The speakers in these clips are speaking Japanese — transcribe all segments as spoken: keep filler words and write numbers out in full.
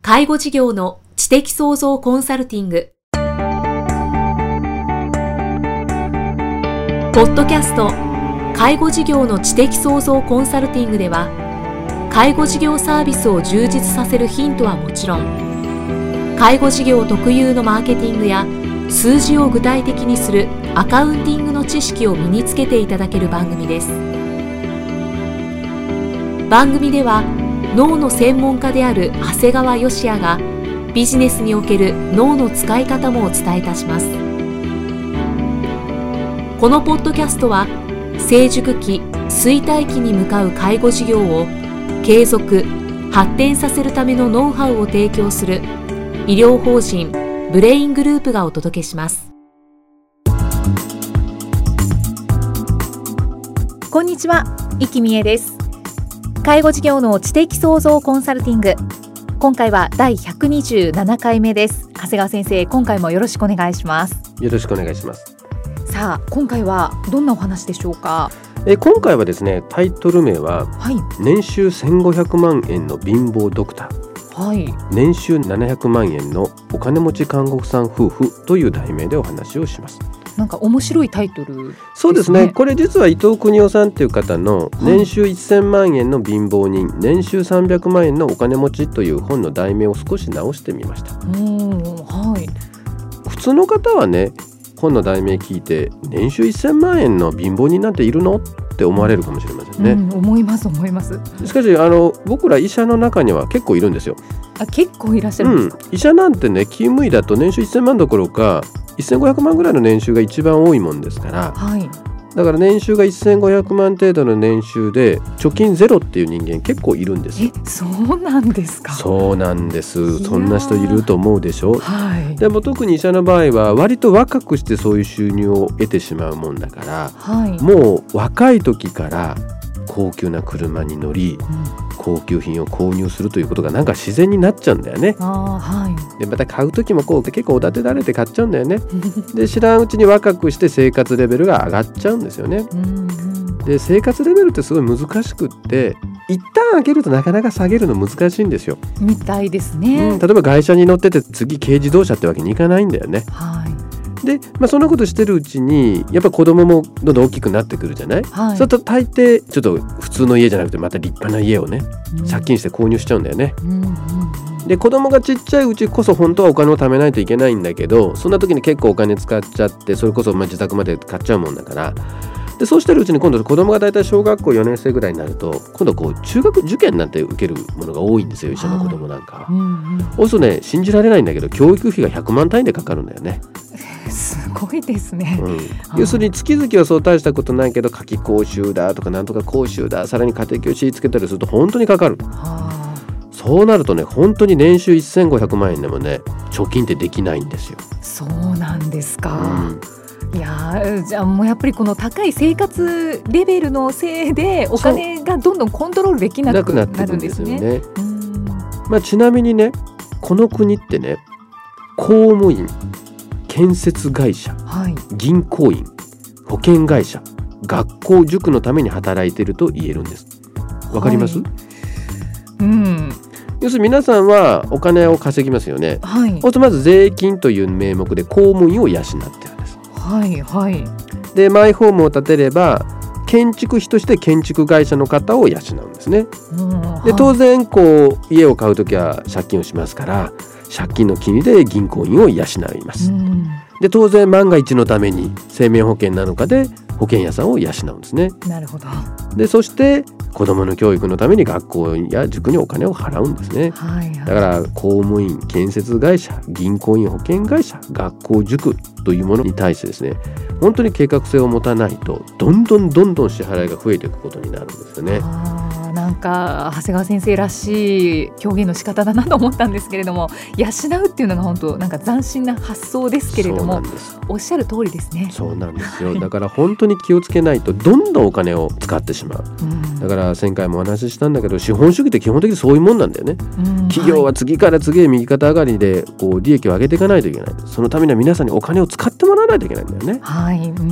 介護事業の知的創造コンサルティング。ポッドキャスト介護事業の知的創造コンサルティングでは、介護事業サービスを充実させるヒントはもちろん、介護事業特有のマーケティングや数字を具体的にするアカウンティングの知識を身につけていただける番組です。番組では脳の専門家である長谷川芳也がビジネスにおける脳の使い方もお伝えいたします。このポッドキャストは成熟期・衰退期に向かう介護事業を継続・発展させるためのノウハウを提供する医療法人ブレイングループがお届けします。 こんにちは、生きみえです。介護事業の知的創造コンサルティング、今回はだいひゃくにじゅうななかいめです。長谷川先生、今回もよろしくお願いします。 よろしくお願いします。 さあ、今回はどんなお話でしょうか。 え今回はですね、タイトル名は、はい、年収せんごひゃくまんえんの貧乏ドクター、はい、年収ななひゃくまんえんのお金持ち看護婦さん夫婦という題名でお話をします。 なんか面白いタイトルですね。 そうですね。これ実は伊藤邦夫さんという方の年収せんまんえんの貧乏人、はい、年収さんびゃくまんえんのお金持ちという本の題名を少し直してみました。 うん、はい、 普通の方はね、本の題名聞いて年収せんまんえんの貧乏人なんているのって思われるかもしれませんね。 うん、思います思います。 しかしあの僕ら医者の中には結構いるんですよ。 あ、結構いらっしゃるんですか。 うん、医者なんてね、勤務医だと年収せんまんどころかせんごひゃくまんぐらいの年収が一番多いもんですから、はい、だから年収がせんごひゃくまん程度の年収で貯金ゼロっていう人間結構いるんですよ。 え、そうなんですか。 そうなんです。そんな人いると思うでしょ、 はい、 でも特に医者の場合は割と若くしてそういう収入を得てしまうもんだから、はい、もう若い時から高級な車に乗り、うん、高級品を購入するということがなんか自然になっちゃうんだよね。 あ、はい、でまた買う時もこう結構おだてられて買っちゃうんだよね。で知らんうちに若くして生活レベルが上がっちゃうんですよね。うん、で生活レベルってすごい難しくって、一旦上げるとなかなか下げるの難しいんですよ。 みたいですね。 うん、例えば外車に乗ってて次軽自動車ってわけにいかないんだよね。はい、で、まあ、そんなことしてるうちにやっぱ子供もどんどん大きくなってくるじゃない、はい、そうすると大抵ちょっと普通の家じゃなくてまた立派な家をね、うん、借金して購入しちゃうんだよね。うんうんうん、で子供がちっちゃいうちこそ本当はお金を貯めないといけないんだけど、そんな時に結構お金使っちゃって、それこそまあ自宅まで買っちゃうもんだから、でそうしてるうちに今度子供がだいたい小学校よねん生ぐらいになると、今度こう中学受験なんて受けるものが多いんですよ、医者の子供なんかは。うんうん、そうするとね、信じられないんだけど教育費がひゃくまん単位でかかるんだよね。 すごいですね。うん、 要するに月々はそう大したことないけど、夏季講習だとかなんとか講習だ、さらに家庭教師つけたりすると本当にかかる。はあ、そうなるとね、本当に年収せんごひゃくまんえんでもね、貯金ってできないんですよ。 そうなんですか。うん、いや、じゃあもうやっぱりこの高い生活レベルのせいでお金がどんどんコントロールできなくなるんですね。 ね、うん、まあ、ちなみにね、この国ってね、公務員、建設会社、はい、銀行員、保険会社、学校塾のために働いていると言えるんです。わかります？はい、うん、要するに皆さんはお金を稼ぎますよね。はい、そうするとまず税金という名目で公務員を養ってるんです。 はいはい、 でマイホームを建てれば建築費として建築会社の方を養うんですね。うん、で当然こう家を買うときは借金をしますから、借金の金利で銀行員を養います。うん、で当然万が一のために生命保険なのかで保険屋さんを養うんですね。 なるほど。 でそして子どもの教育のために学校や塾にお金を払うんですね。はいはい、だから公務員、建設会社、銀行員、保険会社、学校、塾というものに対してですね、本当に計画性を持たないとどんどんどんどん支払いが増えていくことになるんですよね。 あ、なんか長谷川先生らしい表現の仕方だなと思ったんですけれども、養うっていうのが本当なんか斬新な発想ですけれども、おっしゃる通りですね。 そうなんですよ。だから本当に気をつけないとどんどんお金を使ってしまう。うん、だから前回もお話ししたんだけど、資本主義って基本的にそういうもんなんだよね。うん、企業は次から次へ右肩上がりでこう利益を上げていかないといけない。そのためには皆さんにお金を使ってもらわないといけないんだよね。 はい、うん、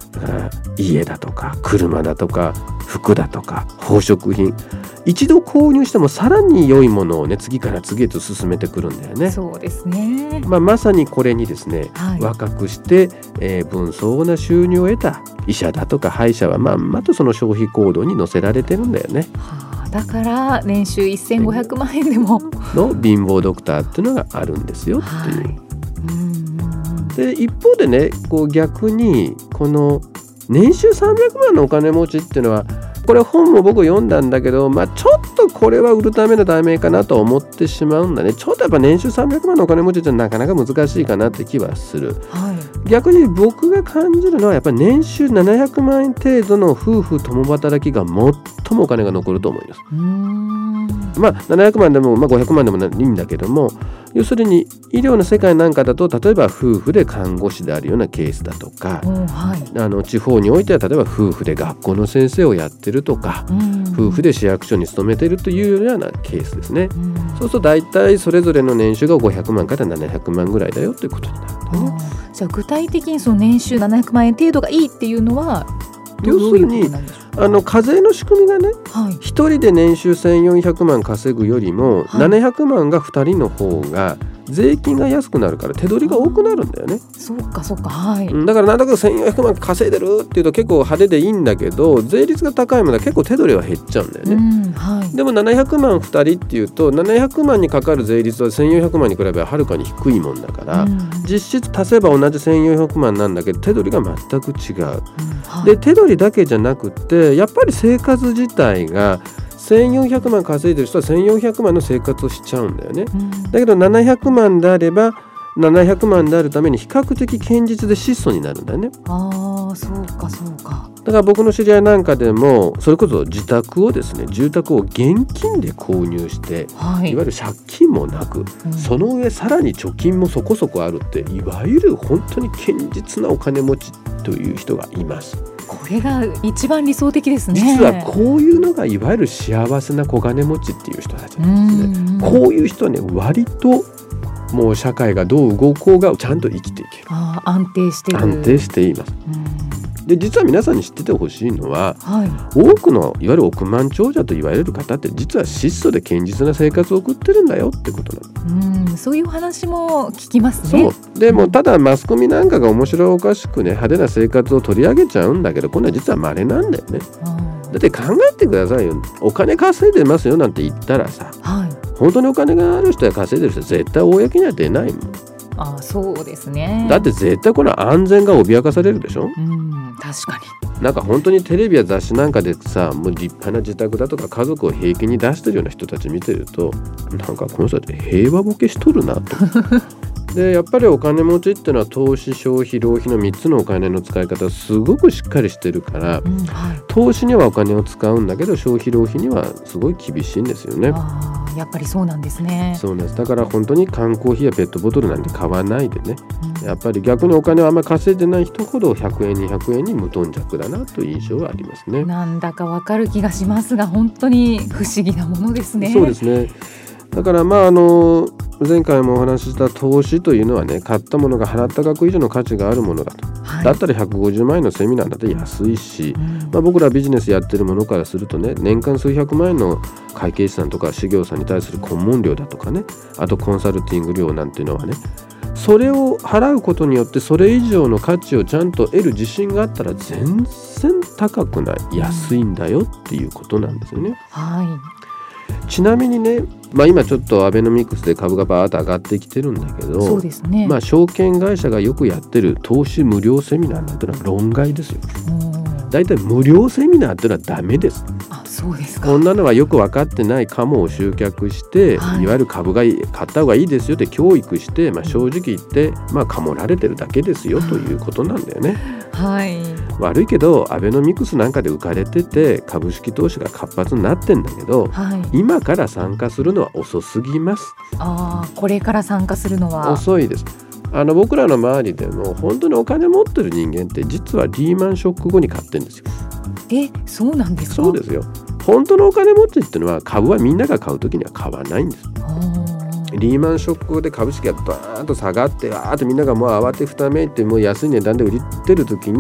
だから家だとか車だとか服だとか宝飾品、一度購入してもさらに良いものをね次から次へと進めてくるんだよね。 そうですね、 まあ、まさにこれにですね、はい、若くして、えー、分相応な収入を得た医者だとか歯医者はまんまとその消費行動に乗せられてるんだよね。 はあ、だから年収せんごひゃくまんえんでもの貧乏ドクターっていうのがあるんですよっていう、はい、うんで一方でねこう逆にこの年収さんびゃくまんのお金持ちっていうのはこれ本も僕読んだんだけど、まあ、ちょっとこれは売るための題名かなと思ってしまうんだね。ちょっとやっぱ年収さんびゃくまんのお金持ちってなかなか難しいかなって気はする、はい、逆に僕が感じるのはやっぱり年収ななひゃくまんえん程度の夫婦共働きが最もお金が残ると思います。うーんまあななひゃくまんでも、まあ、ごひゃくまんでもいいんだけども、要するに医療の世界なんかだと例えば夫婦で看護師であるようなケースだとか、はい、あの地方においては例えば夫婦で学校の先生をやってるとか、夫婦で市役所に勤めてるというようなケースですね。そうすると大体それぞれの年収がごひゃくまんからななひゃくまんぐらいだよということになるんだね。 じゃあ具体的にその年収ななひゃくまんえん程度がいいっていうのはどういうことなんでしょうか。 あの課税の仕組みがね、はい、ひとりで年収せんよんひゃくまん稼ぐよりも、はい、ななひゃくまんがふたりの方が税金が安くなるから手取りが多くなるんだよね。 そうかそうか、はい、 だからなんだかせんよんひゃくまん稼いでるっていうと結構派手でいいんだけど、税率が高いものは結構手取りは減っちゃうんだよね、うんはい、でもななひゃくまんふたりっていうとななひゃくまんにかかる税率はせんよんひゃくまんに比べははるかに低いもんだから、うん、実質足せば同じせんよんひゃくまんなんだけど手取りが全く違う、うんはい、で手取りだけじゃなくてやっぱり生活自体がせんよんひゃくまん稼いでる人はせんよんひゃくまんの生活をしちゃうんだよね、うん、だけどななひゃくまんであればななひゃくまんであるために比較的堅実で質素になるんだよね。 ああそうかそうか。 だから僕の知り合いなんかでもそれこそ自宅をですね住宅を現金で購入して、はい、いわゆる借金もなく、うん、その上さらに貯金もそこそこあるっていわゆる本当に堅実なお金持ちという人がいます。 これが一番理想的ですね。 実はこういうのがいわゆる幸せな小金持ちっていう人たちなんですね。こういう人はね割ともう社会がどう動こうがちゃんと生きていける。 あ安定している。 安定しています。で実は皆さんに知っててほしいのは、はい、多くのいわゆる億万長者と言われる方って実は質素で堅実な生活を送ってるんだよってことなの。 うんそういう話も聞きますね。 そうでもただマスコミなんかが面白おかしくね派手な生活を取り上げちゃうんだけど、これは実は稀なんだよね。だって考えてくださいよ。お金稼いでますよなんて言ったらさ、はい、本当にお金がある人や稼いでる人は絶対公には出ないもん。 ああそうですね。 だって絶対これ安全が脅かされるでしょ。 うん確かに。 なんか本当にテレビや雑誌なんかでさもう立派な自宅だとか家族を平気に出してるような人たち見てるとなんかこの人たち平和ボケしとるなとでやっぱりお金持ちっていうのは投資消費浪費のみっつのお金の使い方すごくしっかりしてるから、うんはい、投資にはお金を使うんだけど消費浪費にはすごい厳しいんですよね。 あやっぱりそうなんですね。 そうなんです。だから本当に缶コーヒーやペットボトルなんて買わないでね、うん、やっぱり逆にお金をあんまり稼いでない人ほどひゃくえんにひゃくえんに無頓着だなという印象はありますね。 なんだかわかる気がしますが本当に不思議なものですね。 そうですね。だからまああの前回もお話しした投資というのはね買ったものが払った額以上の価値があるものだと、はい、だったらひゃくごじゅうまんえんのセミナーだって安いし、うんまあ、僕らビジネスやってるものからするとね年間数百万円の会計士さんとか事業さんに対する顧問料だとかねあとコンサルティング料なんていうのはねそれを払うことによってそれ以上の価値をちゃんと得る自信があったら全然高くない安いんだよっていうことなんですよね、はいちなみにね、まあ、今ちょっとアベノミクスで株がバーッと上がってきてるんだけどそうですね、 まあ、証券会社がよくやってる投資無料セミナーなんてのは論外ですよ。だいたい無料セミナーってのはダメです。 あそうですか。 こんなのはよく分かってないカモを集客して、はい、いわゆる株が買った方がいいですよって教育して、まあ、正直言って、まあ、カモられてるだけですよということなんだよね。 はい悪いけどアベノミクスなんかで浮かれてて株式投資が活発になってんだけど、はい、今から参加するのは遅すぎます。 あこれから参加するのは遅いです。あの僕らの周りでも本当にお金持ってる人間って実はリーマンショック後に買ってるんですよ。 えそうなんですか。 そうですよ。本当のお金持ちっていうのは株はみんなが買うときには買わないんです。リーマンショック後で株式がバーンと下がってあーっとみんながもう慌てふためいてもう安い値段で売ってる時に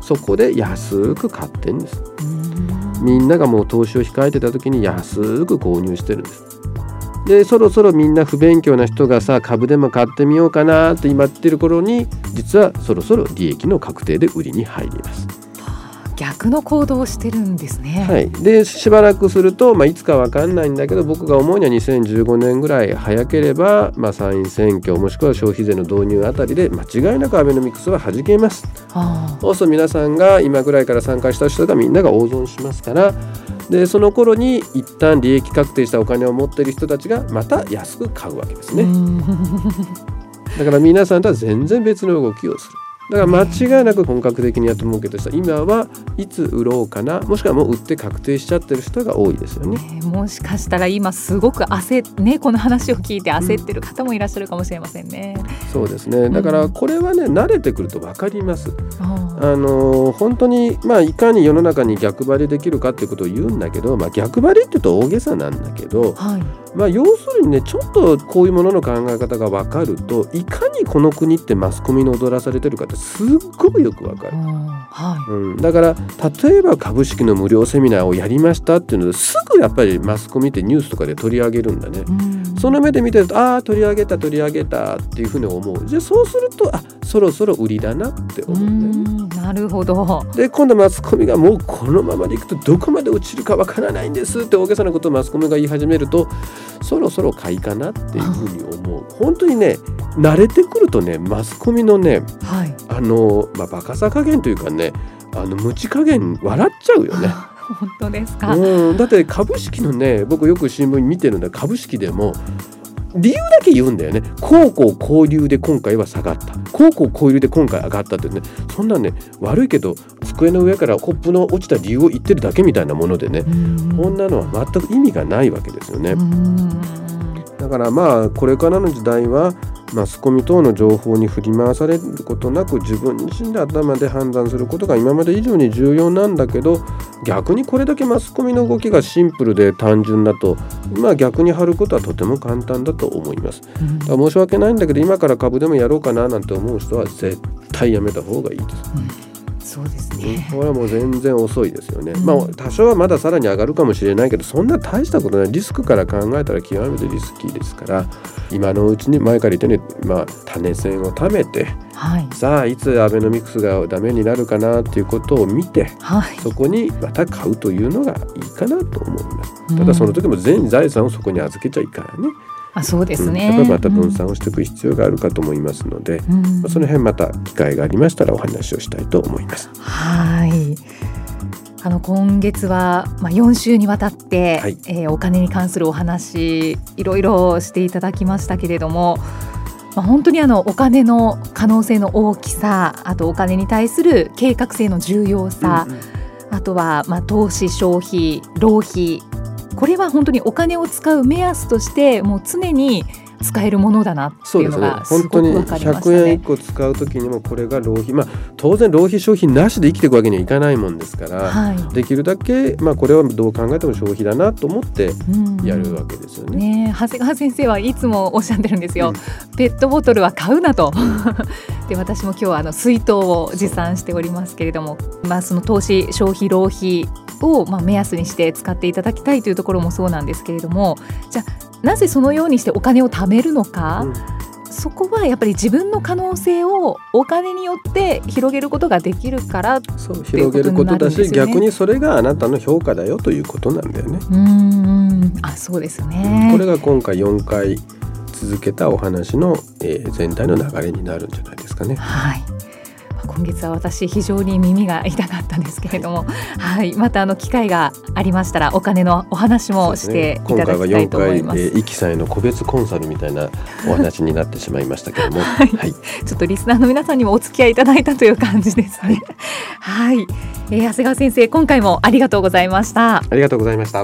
そこで安く買ってるんです。みんながもう投資を控えてた時に安く購入してるんです。でそろそろみんな不勉強な人がさ株でも買ってみようかなって今言ってる頃に実はそろそろ利益の確定で売りに入ります。 逆の行動をしてるんですね。 はい、でしばらくすると、まあ、いつか分かんないんだけど僕が思うにはにせんじゅうごねんぐらい早ければ、まあ、参院選挙もしくは消費税の導入あたりで間違いなくアベノミクスは弾けます。そうすると皆さんが今ぐらいから参加した人がみんなが大損しますから、でその頃に一旦利益確定したお金を持っている人たちがまた安く買うわけですね。だから皆さんとは全然別の動きをする。だから間違いなく本格的にやって儲けてる人は今はいつ売ろうかな、もしくはもう売って確定しちゃってる人が多いですよね。 ね、もしかしたら今すごく焦っ、ね、この話を聞いて焦ってる方もいらっしゃるかもしれませんね。 うん、そうですね。だからこれはね、慣れてくると分かります。あの本当に、まあ、いかに世の中に逆張りできるかっていうことを言うんだけど、まあ、逆張りって言うと大げさなんだけど、はい、まあ、要するにねちょっとこういうものの考え方が分かるといかにこの国ってマスコミに踊らされてるかってすっごくよく分かる。はい、うん、だから例えば株式の無料セミナーをやりましたっていうのですぐやっぱりマスコミってニュースとかで取り上げるんだね。その目で見てるとああ取り上げた取り上げたっていうふうに思う。じゃあそうするとあそろそろ売りだなって思うんだよね。 なるほど。 で今度マスコミがもうこのままでいくとどこまで落ちるかわからないんですって大げさなことをマスコミが言い始めるとそろそろ買いかなっていうふうに思う。本当にね慣れてくるとねマスコミのね、はい、あの、まあ、バカさ加減というかねあの無知加減笑っちゃうよね。 本当ですか。 うん、だって株式のね僕よく新聞見てるんだ株式でも理由だけ言うんだよね。こうこうこう理由で今回は下がった、こうこうこういう理由で今回上がったってね、そんなね悪いけど机の上からコップの落ちた理由を言ってるだけみたいなものでね、こんなのは全く意味がないわけですよね。だからまあこれからの時代はマスコミ等の情報に振り回されることなく自分自身で頭で判断することが今まで以上に重要なんだけど、逆にこれだけマスコミの動きがシンプルで単純だと、まあ、逆に張ることはとても簡単だと思います。だから申し訳ないんだけど今から株でもやろうかななんて思う人は絶対やめた方がいいです。 うん、そうですね。 これはもう全然遅いですよね。うん、まあ多少はまださらに上がるかもしれないけどそんな大したことない。リスクから考えたら極めてリスキーですから今のうちに前から言ったように、まあ、種銭を貯めて、はい、さあいつアベノミクスがダメになるかなっていうことを見て、はい、そこにまた買うというのがいいかなと思います。ただその時も全財産をそこに預けちゃいかんね。 あ、そうですね。 うん、やっぱりまた分散をしていく必要があるかと思いますので、うんまあ、その辺また機会がありましたらお話をしたいと思います。 はい。あの今月は、まあ、よん週にわたって、はいえー、お金に関するお話いろいろしていただきましたけれども、まあ、本当にあのお金の可能性の大きさ、あとお金に対する計画性の重要さ、うんうん、あとは、まあ、投資消費浪費、これは本当にお金を使う目安としてもう常に使えるものだなっていうのがすごく分かりましたね。 本当にひゃくえんいっこ使うときにもこれが浪費、まあ、当然浪費消費なしで生きていくわけにはいかないもんですから、はい、できるだけ、まあ、これはどう考えても消費だなと思ってやるわけですよね。 うんね、長谷川先生はいつもおっしゃってるんですよ、うん、ペットボトルは買うなとで私も今日はあの水筒を持参しておりますけれども、まあ、その投資消費浪費をまあ目安にして使っていただきたいというところもそうなんですけれども、じゃあなぜそのようにしてお金を貯めるのか、うん、そこはやっぱり自分の可能性をお金によって広げることができるからっていうことになるんですよね。そう、広げることだし逆にそれがあなたの評価だよということなんだよね。うーん、あ、そうですね、 うん、これが今回よんかい続けたお話の、えー、全体の流れになるんじゃないですかね。 はい、今月は私非常に耳が痛かったんですけれども、はいはい、またあの機会がありましたらお金のお話もしていただきたいと思います。 今回はよんかい、えー、イキさんへの個別コンサルみたいなお話になってしまいましたけども、 はいはい、ちょっとリスナーの皆さんにもお付き合いいただいたという感じですね。はい、えー、長谷川先生今回もありがとうございました。 ありがとうございました。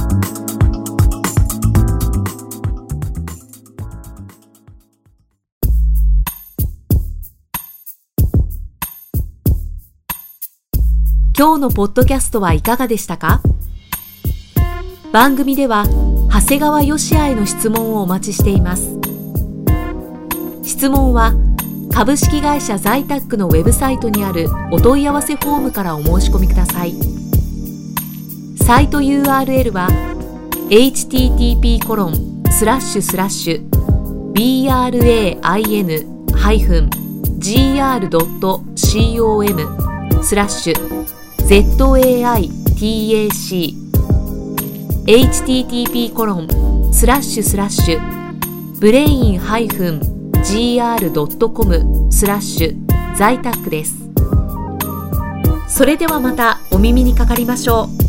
今日のポッドキャストはいかがでしたか？番組では長谷川芳也への質問をお待ちしています。質問は株式会社在宅のウェブサイトにあるお問い合わせフォームからお申し込みください。サイト ユーアールエル は エイチティーティーピーコロンスラッシュスラッシュビーアールエーアイエヌハイフンジーアールドットコムスラッシュ ゼットエーアイティーエーシー エイチティーティーピーコロンスラッシュスラッシュブレインハイフンジーアールドットコムスラッシュ在宅です。それではまたお耳にかかりましょう。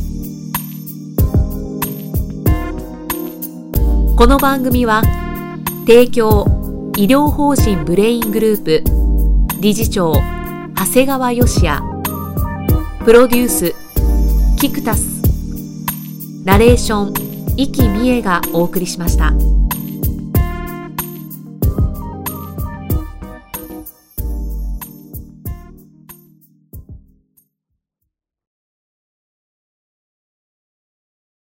この番組は提供医療法人ブレイングループ理事長長谷川芳也、プロデュースキクタス、ナレーション生きみえがお送りしました。